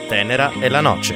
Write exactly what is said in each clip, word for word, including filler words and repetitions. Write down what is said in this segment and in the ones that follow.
Tenera e la Noce.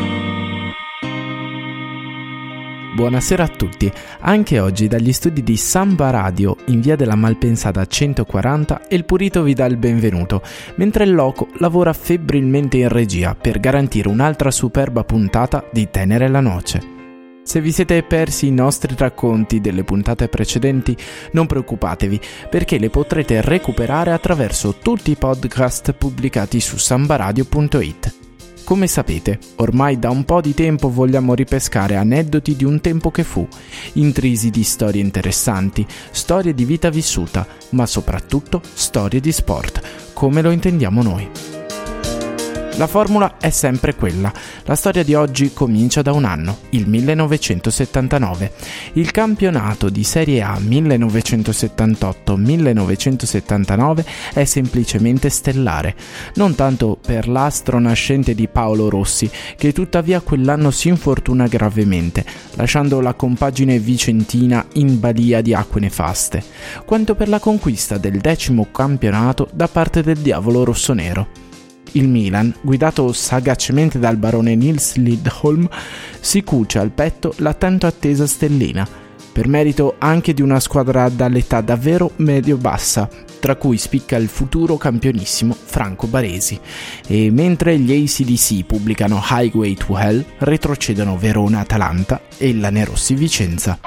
Buonasera a tutti, anche oggi dagli studi di Samba Radio in via della Malpensata centoquaranta El Purito vi dà il benvenuto, mentre il Loco lavora febbrilmente in regia per garantire un'altra superba puntata di Tenera e la Noce. Se vi siete persi i nostri racconti delle puntate precedenti, non preoccupatevi, perché le potrete recuperare attraverso tutti i podcast pubblicati su sambaradio punto it. Come sapete, ormai da un po' di tempo vogliamo ripescare aneddoti di un tempo che fu, intrisi di storie interessanti, storie di vita vissuta, ma soprattutto storie di sport, come lo intendiamo noi. La formula è sempre quella. La storia di oggi comincia da un anno, il millenovecentosettantanove. Il campionato di Serie A millenovecentosettantotto millenovecentosettantanove è semplicemente stellare, non tanto per l'astro nascente di Paolo Rossi, che tuttavia quell'anno si infortuna gravemente, lasciando la compagine vicentina in balia di acque nefaste, quanto per la conquista del decimo campionato da parte del diavolo rossonero. Il Milan, guidato sagacemente dal barone Nils Lidholm, si cuce al petto la tanto attesa stellina, per merito anche di una squadra dall'età davvero medio-bassa, tra cui spicca il futuro campionissimo Franco Baresi. E mentre gli A C D C pubblicano Highway to Hell, retrocedono Verona-Atalanta e il Lanerossi Vicenza.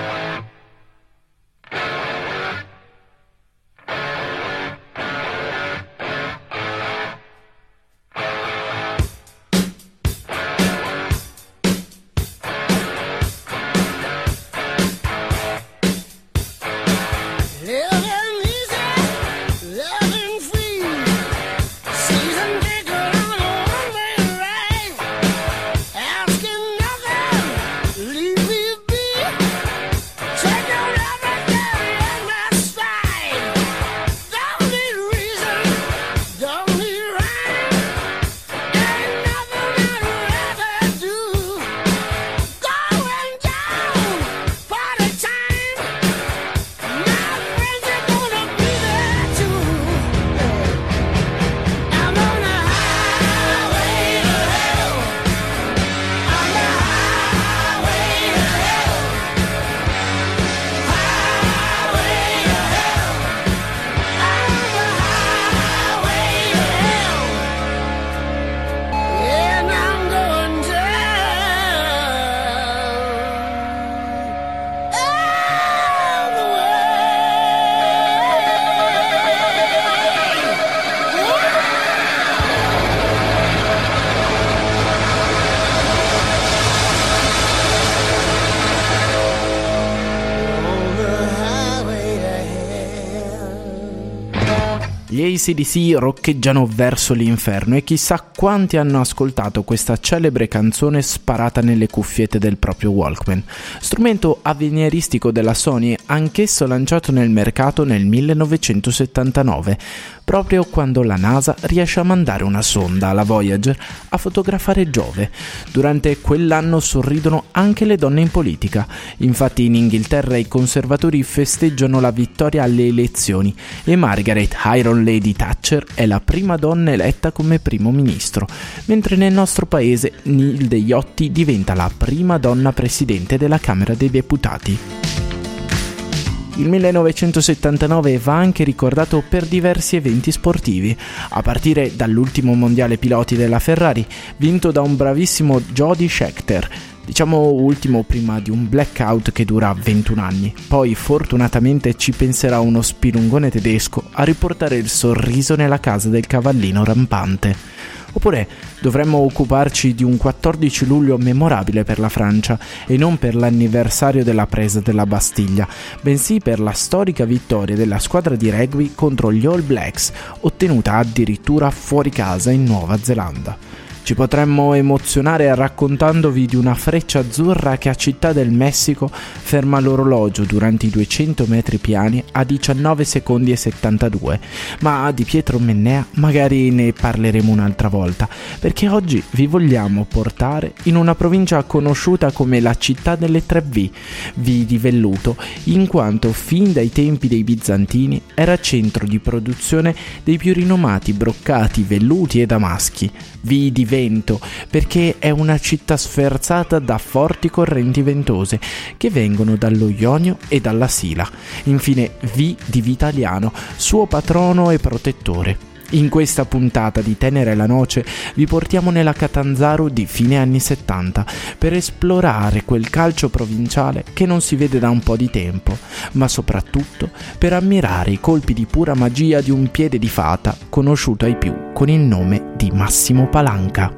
Gli A C D C roccheggiano verso l'inferno e chissà quanti hanno ascoltato questa celebre canzone sparata nelle cuffiette del proprio Walkman, strumento avveniristico della Sony, anch'esso lanciato nel mercato nel millenovecentosettantanove, proprio quando la NASA riesce a mandare una sonda alla Voyager a fotografare Giove. Durante quell'anno sorridono anche le donne in politica. Infatti in Inghilterra i conservatori festeggiano la vittoria alle elezioni e Margaret Iron Lady Thatcher è la prima donna eletta come primo ministro, mentre nel nostro paese Nilde Iotti diventa la prima donna presidente della Camera dei Deputati. Il millenovecentosettantanove va anche ricordato per diversi eventi sportivi, a partire dall'ultimo mondiale piloti della Ferrari, vinto da un bravissimo Jody Scheckter, diciamo ultimo prima di un blackout che dura ventuno anni. Poi fortunatamente ci penserà uno spilungone tedesco a riportare il sorriso nella casa del cavallino rampante. Oppure dovremmo occuparci di un quattordici luglio memorabile per la Francia, e non per l'anniversario della presa della Bastiglia, bensì per la storica vittoria della squadra di rugby contro gli All Blacks, ottenuta addirittura fuori casa in Nuova Zelanda. Ci potremmo emozionare raccontandovi di una freccia azzurra che a Città del Messico ferma l'orologio durante i duecento metri piani a diciannove secondi e settantadue, ma di Pietro Mennea magari ne parleremo un'altra volta, perché oggi vi vogliamo portare in una provincia conosciuta come la città delle tre V, V di velluto, in quanto fin dai tempi dei bizantini era centro di produzione dei più rinomati broccati, velluti e damaschi. V di vento, perché è una città sferzata da forti correnti ventose che vengono dallo Ionio e dalla Sila. Infine V di Vitaliano, suo patrono e protettore. In questa puntata di Tenere la Noce vi portiamo nella Catanzaro di fine anni settanta per esplorare quel calcio provinciale che non si vede da un po' di tempo, ma soprattutto per ammirare i colpi di pura magia di un piede di fata conosciuto ai più con il nome di Massimo Palanca.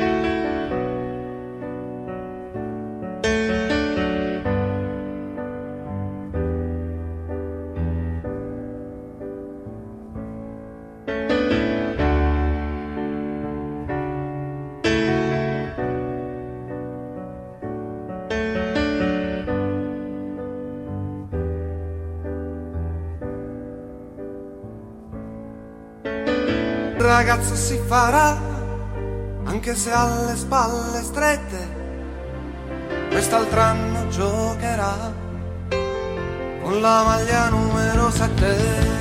Il ragazzo si farà, anche se ha le spalle strette, quest'altro anno giocherà con la maglia numero sette.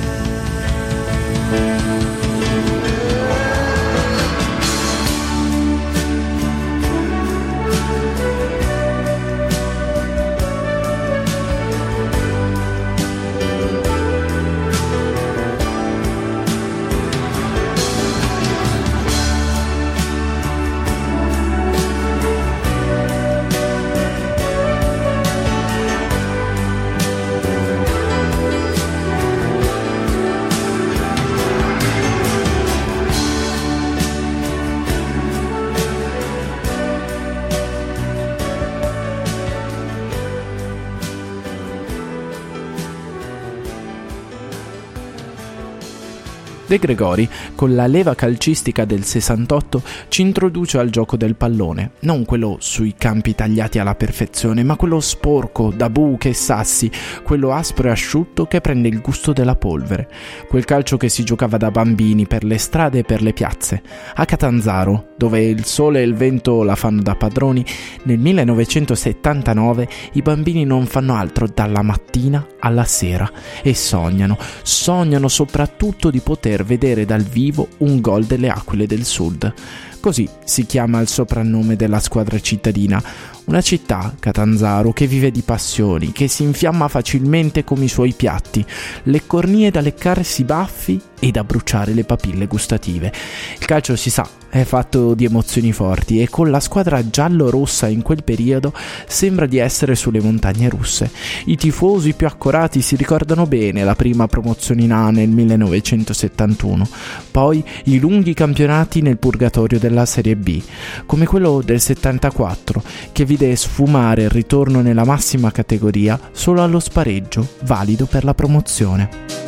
De Gregori, con la leva calcistica del sessantotto, ci introduce al gioco del pallone, non quello sui campi tagliati alla perfezione, ma quello sporco, da buche e sassi, quello aspro e asciutto che prende il gusto della polvere, quel calcio che si giocava da bambini per le strade e per le piazze. A Catanzaro, dove il sole e il vento la fanno da padroni, nel millenovecentosettantanove i bambini non fanno altro dalla mattina alla sera e sognano, sognano soprattutto di poter vedere dal vivo un gol delle Aquile del Sud. Così si chiama il soprannome della squadra cittadina, una città, Catanzaro, che vive di passioni, che si infiamma facilmente come i suoi piatti, le cornie da leccarsi i baffi e da bruciare le papille gustative. Il calcio, si sa, è fatto di emozioni forti e con la squadra giallo-rossa in quel periodo sembra di essere sulle montagne russe. I tifosi più accorati si ricordano bene la prima promozione in A nel millenovecentosettantuno, poi i lunghi campionati nel purgatorio della Serie B, come quello del settantaquattro, che vide sfumare il ritorno nella massima categoria solo allo spareggio, valido per la promozione.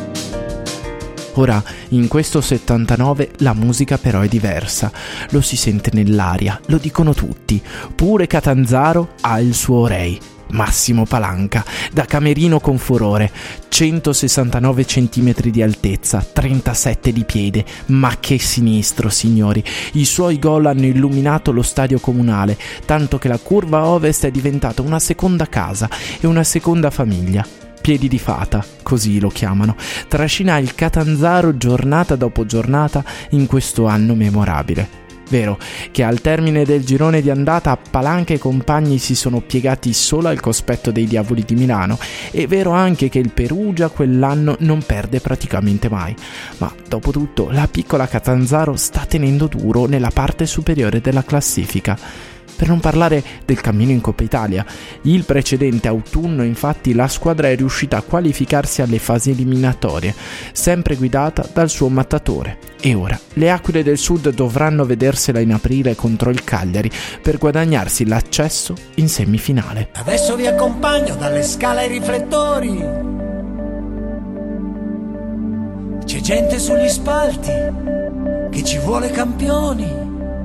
Ora, in questo settantanove la musica però è diversa, lo si sente nell'aria, lo dicono tutti, pure Catanzaro ha il suo rei, Massimo Palanca, da camerino con furore, centosessantanove centimetri di altezza, trentasette di piede, ma che sinistro, signori! I suoi gol hanno illuminato lo stadio comunale, tanto che la curva ovest è diventata una seconda casa e una seconda famiglia. Piedi di fata, così lo chiamano, trascina il Catanzaro giornata dopo giornata in questo anno memorabile. Vero che al termine del girone di andata Palanca e compagni si sono piegati solo al cospetto dei Diavoli di Milano, è vero anche che il Perugia quell'anno non perde praticamente mai, ma dopo tutto la piccola Catanzaro sta tenendo duro nella parte superiore della classifica. Per non parlare del cammino in Coppa Italia. Il precedente autunno, infatti, la squadra è riuscita a qualificarsi alle fasi eliminatorie, sempre guidata dal suo mattatore. E ora le Aquile del Sud dovranno vedersela in aprile contro il Cagliari per guadagnarsi l'accesso in semifinale. Adesso vi accompagno dalle scale ai riflettori. C'è gente sugli spalti che ci vuole campioni.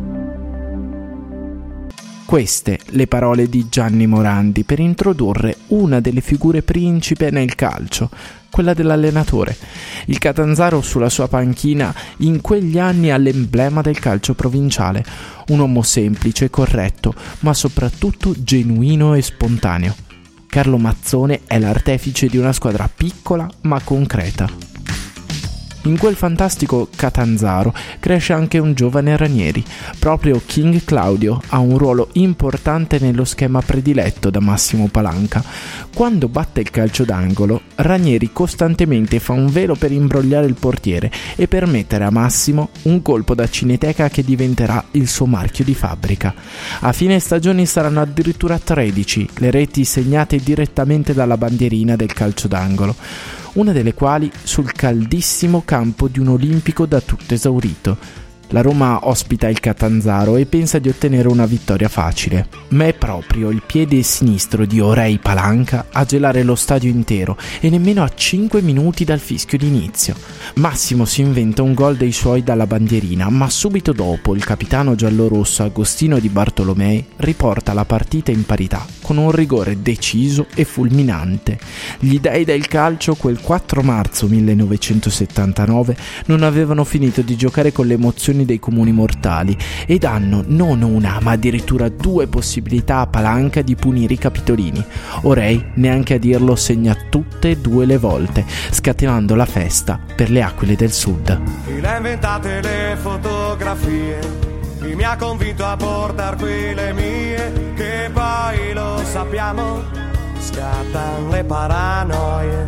Queste le parole di Gianni Morandi per introdurre una delle figure principe nel calcio, quella dell'allenatore. Il Catanzaro sulla sua panchina in quegli anni ha l'emblema del calcio provinciale, un uomo semplice, corretto, ma soprattutto genuino e spontaneo. Carlo Mazzone è l'artefice di una squadra piccola ma concreta. In quel fantastico Catanzaro cresce anche un giovane Ranieri. Proprio King Claudio ha un ruolo importante nello schema prediletto da Massimo Palanca. Quando batte il calcio d'angolo, Ranieri costantemente fa un velo per imbrogliare il portiere e permettere a Massimo un colpo da cineteca che diventerà il suo marchio di fabbrica. A fine stagione saranno addirittura tredici le reti segnate direttamente dalla bandierina del calcio d'angolo, una delle quali sul caldissimo campo di un olimpico da tutto esaurito. La Roma ospita il Catanzaro e pensa di ottenere una vittoria facile, ma è proprio il piede sinistro di Orei Palanca a gelare lo stadio intero e nemmeno a cinque minuti dal fischio d'inizio. Massimo si inventa un gol dei suoi dalla bandierina, ma subito dopo il capitano giallorosso Agostino Di Bartolomei riporta la partita in parità con un rigore deciso e fulminante. Gli dei del calcio quel quattro marzo millenovecentosettantanove non avevano finito di giocare con le emozioni dei comuni mortali ed hanno non una ma addirittura due possibilità a Palanca di punire i capitolini. Orei, neanche a dirlo, segna tutte e due le volte, scatenando la festa per le Aquile del Sud. Chi le ha inventate le fotografie, chi mi ha convinto a portar qui le mie, che poi lo sappiamo, scattano le paranoie,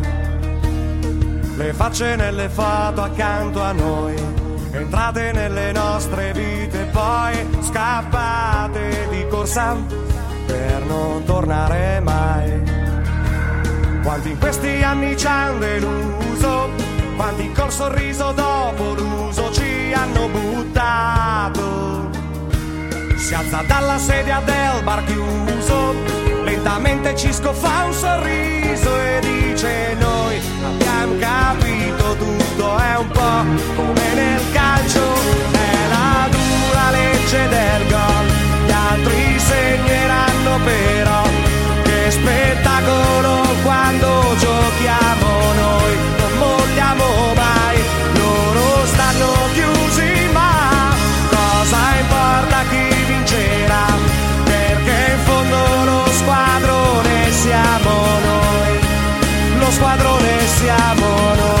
le facce nelle foto accanto a noi, entrate nelle nostre vite, poi scappate di corsa per non tornare mai. Quanti in questi anni ci hanno deluso, quanti col sorriso dopo l'uso ci hanno buttato. Si alza dalla sedia del bar chiuso, lentamente Cisco fa un sorriso e dice: noi abbiamo capito, tutto è un po' come nel calcio, è la dura legge del gol, gli altri segneranno però, che spettacolo quando giochiamo noi, non molliamo mai, loro stanno chiusi ma cosa importa chi vincerà, perché in fondo lo squadrone siamo noi, lo squadrone siamo noi.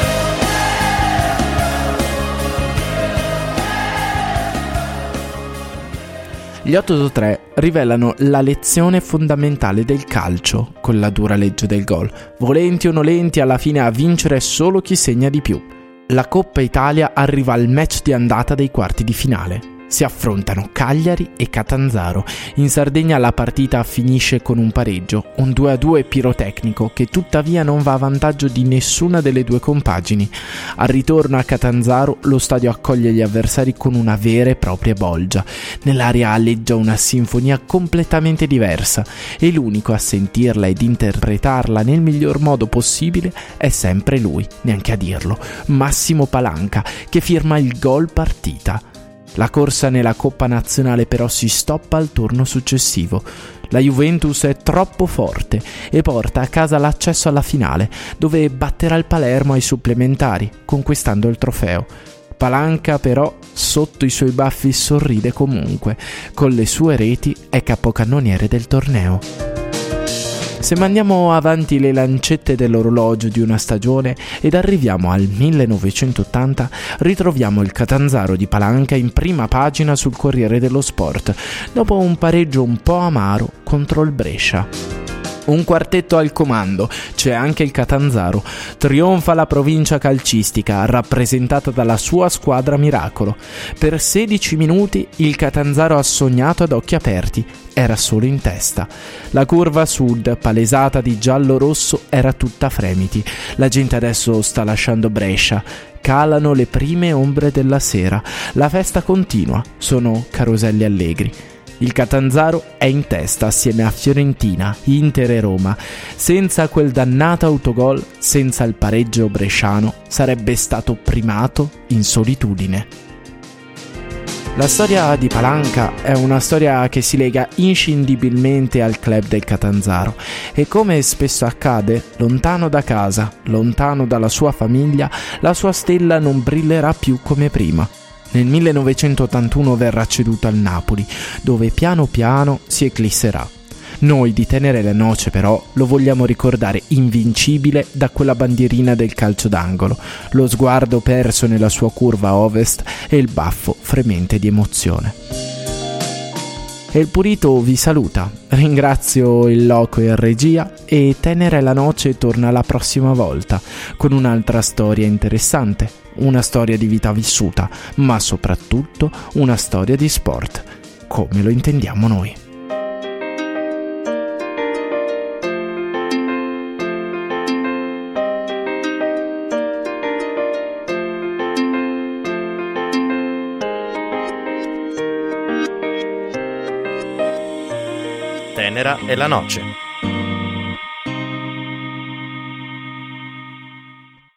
Gli otto tre rivelano la lezione fondamentale del calcio con la dura legge del gol. Volenti o nolenti, alla fine a vincere è solo chi segna di più. La Coppa Italia arriva al match di andata dei quarti di finale. Si affrontano Cagliari e Catanzaro. In Sardegna la partita finisce con un pareggio, un due a due pirotecnico che tuttavia non va a vantaggio di nessuna delle due compagini. Al ritorno a Catanzaro lo stadio accoglie gli avversari con una vera e propria bolgia. Nell'aria aleggia una sinfonia completamente diversa e l'unico a sentirla ed interpretarla nel miglior modo possibile è sempre lui, neanche a dirlo, Massimo Palanca, che firma il gol partita. La corsa nella Coppa Nazionale però si stoppa al turno successivo. La Juventus è troppo forte e porta a casa l'accesso alla finale, dove batterà il Palermo ai supplementari, conquistando il trofeo. Palanca però, sotto i suoi baffi, sorride comunque. Con le sue reti è capocannoniere del torneo. Se mandiamo avanti le lancette dell'orologio di una stagione ed arriviamo al millenovecentottanta, ritroviamo il Catanzaro di Palanca in prima pagina sul Corriere dello Sport, dopo un pareggio un po' amaro contro il Brescia. Un quartetto al comando, c'è anche il Catanzaro. Trionfa la provincia calcistica, rappresentata dalla sua squadra miracolo. Per sedici minuti il Catanzaro ha sognato ad occhi aperti, era solo in testa. La curva sud, palesata di giallo-rosso, era tutta fremiti. La gente adesso sta lasciando Brescia. Calano le prime ombre della sera. La festa continua, sono caroselli allegri. Il Catanzaro è in testa assieme a Fiorentina, Inter e Roma. Senza quel dannato autogol, senza il pareggio bresciano, sarebbe stato primato in solitudine. La storia di Palanca è una storia che si lega inscindibilmente al club del Catanzaro e, come spesso accade, lontano da casa, lontano dalla sua famiglia, la sua stella non brillerà più come prima. Nel millenovecentottantuno verrà ceduto al Napoli, dove piano piano si eclisserà. Noi di Tenera la Noce però lo vogliamo ricordare invincibile da quella bandierina del calcio d'angolo, lo sguardo perso nella sua curva a ovest e il baffo fremente di emozione. E il Purito vi saluta, ringrazio il Loco e il regia e Tenera la Noce torna la prossima volta con un'altra storia interessante, una storia di vita vissuta, ma soprattutto una storia di sport, come lo intendiamo noi. Tenera e la Noce.